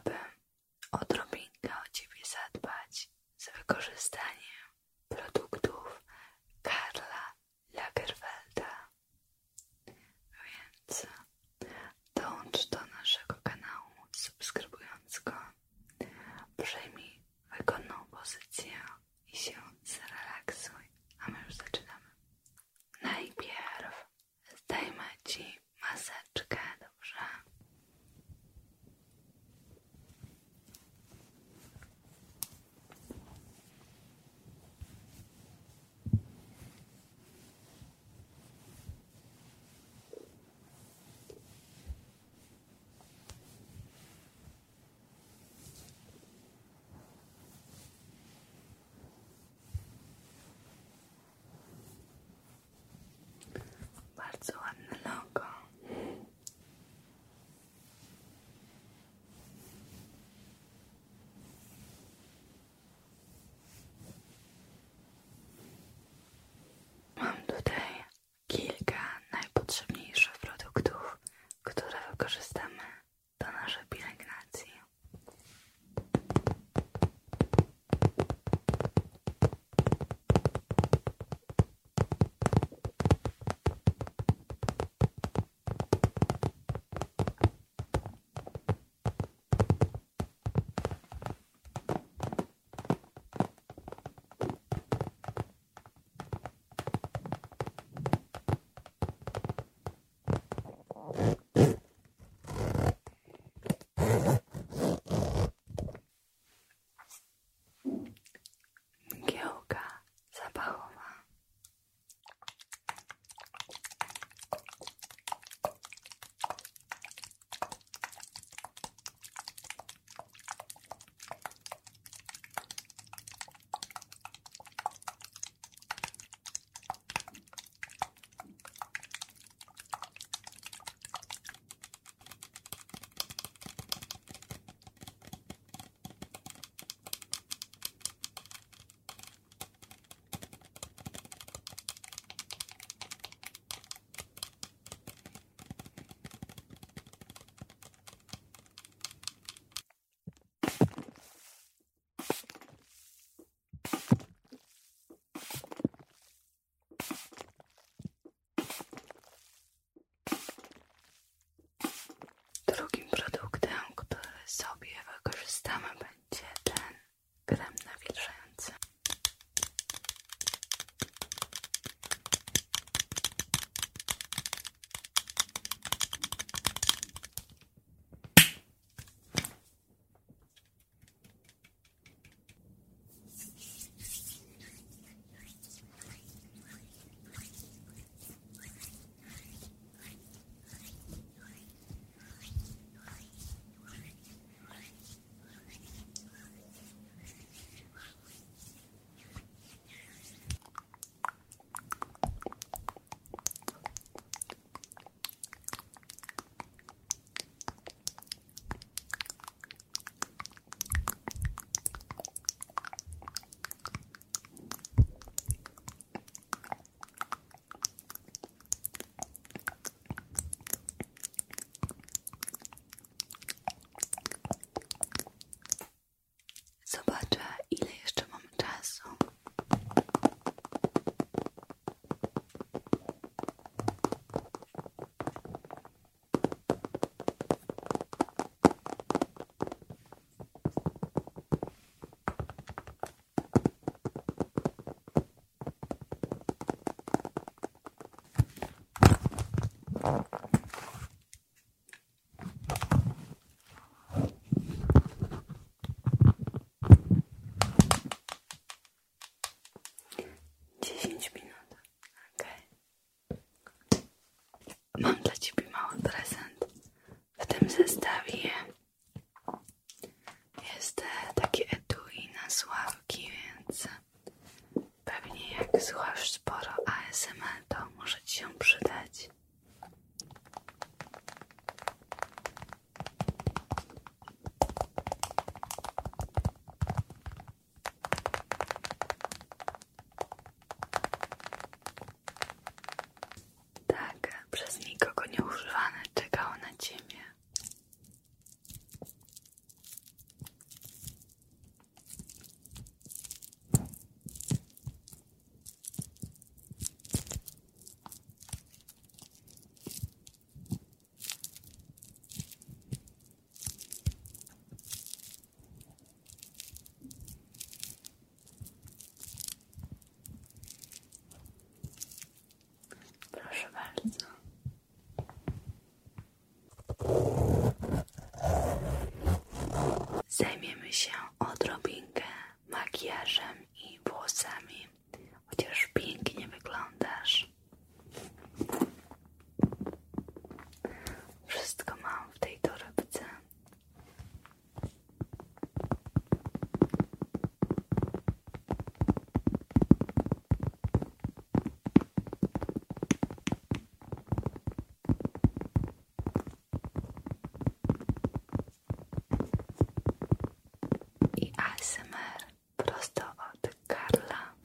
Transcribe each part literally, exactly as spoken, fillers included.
chciałabym odrobinkę o Ciebie zadbać z wykorzystaniem produktów Karla Lagerfelda. Więc dołącz do naszego kanału, subskrybując go. Przyjmij wygodną pozycję i się zrelaksuj, a my już zaczynamy. Najpierw zdejmę Ci maseczkę, dobrze? Bardzo ładne logo. Mam tutaj kilka najpotrzebniejszych produktów, które wykorzystamy do naszej pielęgnacji. Mgiełka zapachowa. Drugim produktem, który sobie wykorzystamy, będzie ten krem nawilżający. Zobaczę, ile jeszcze mamy czasu. dziesięć minut. Okej. Mam dla Ciebie mały prezent. W tym zestawie jest takie etui na słuchawki, więc pewnie jak słuchasz sporo A S M R, to może Ci się przydać. bardzo. Zajmiemy się odrobinkę makijażem i włosami, chociaż pięknie wyglądasz. Wszystko mam w tej torebce. I A S M R prosto od Karla.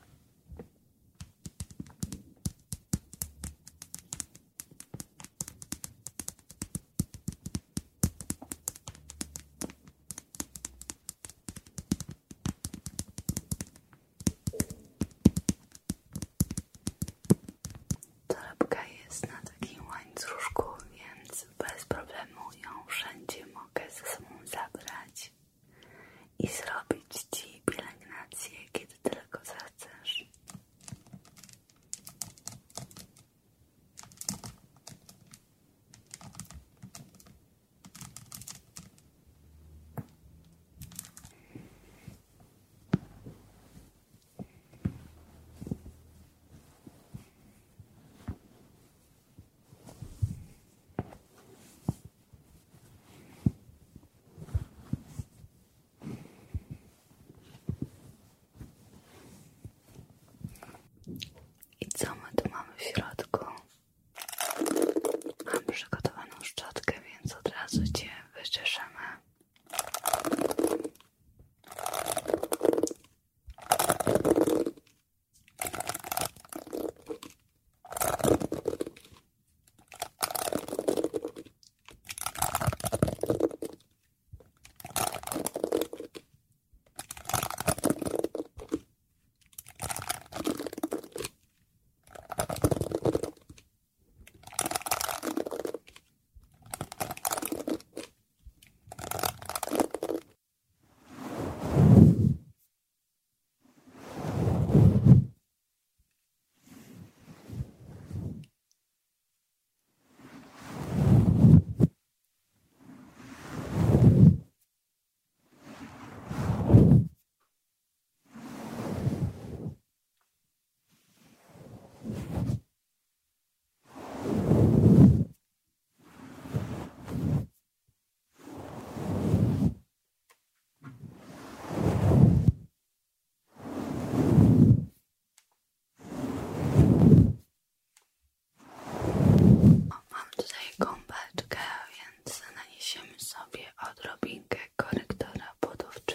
Torebka jest na takim łańcuszku, więc bez problemu ją wszędzie mogę ze sobą zabrać i zrobić Ci pielęgnację, kiedy tylko zechcesz. I co my tu mamy w środku? Mam przygotowaną szczotkę, więc od razu Cię wyczeszemy. Mam tutaj gąbeczkę, więc naniesiemy sobie odrobinkę korektora podówczy.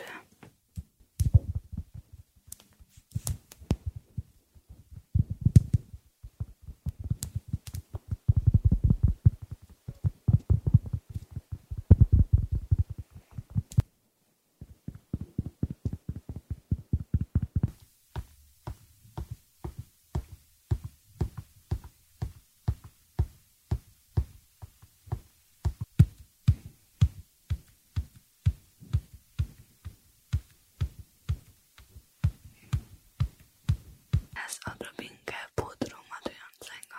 Teraz odrobinkę pudru matującego.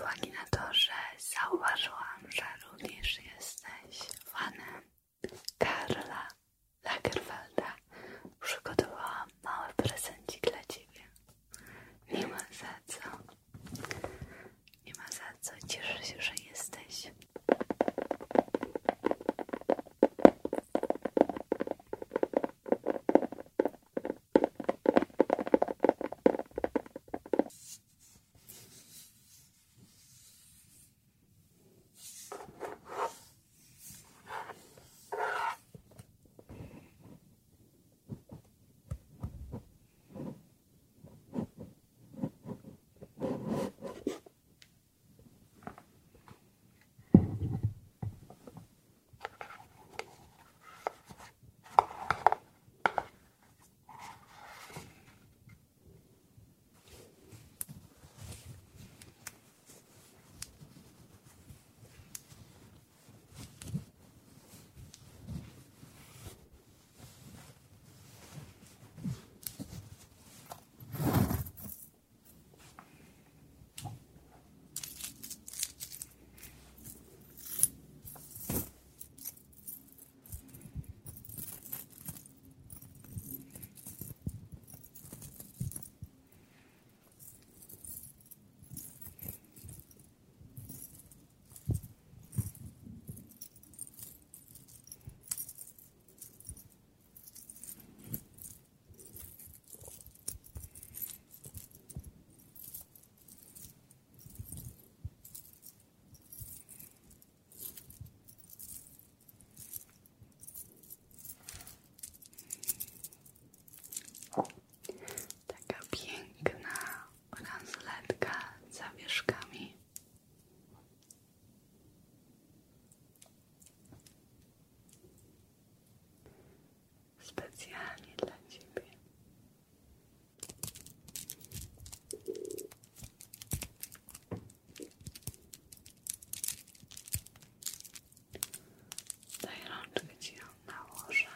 uwagi na to, że zauważyłam, że również jesteś fanem Karla Lagerfelda, przygotowałam mały prezencik dla Ciebie. Nie ma za co. Nie ma za co. Cieszę się, że jesteś. Taka piękna bransoletka z zawieszkami. Specjalnie dla Ciebie. Daj rączkę Ci ją nałożę.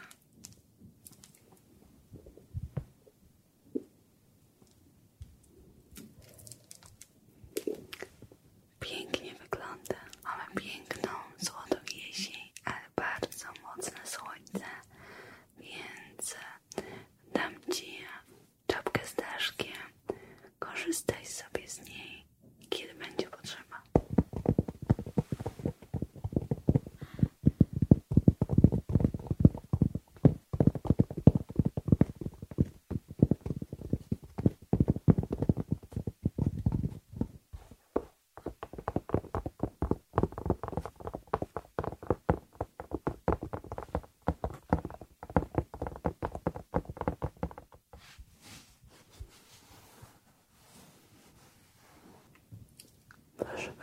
Pięknie wygląda. Mamy piękną, złotą jesień, ale bardzo mocne słońce, więc dam Ci czapkę z daszkiem. Korzystaj sobie z niej, kiedy będzie potrzeba. Proszę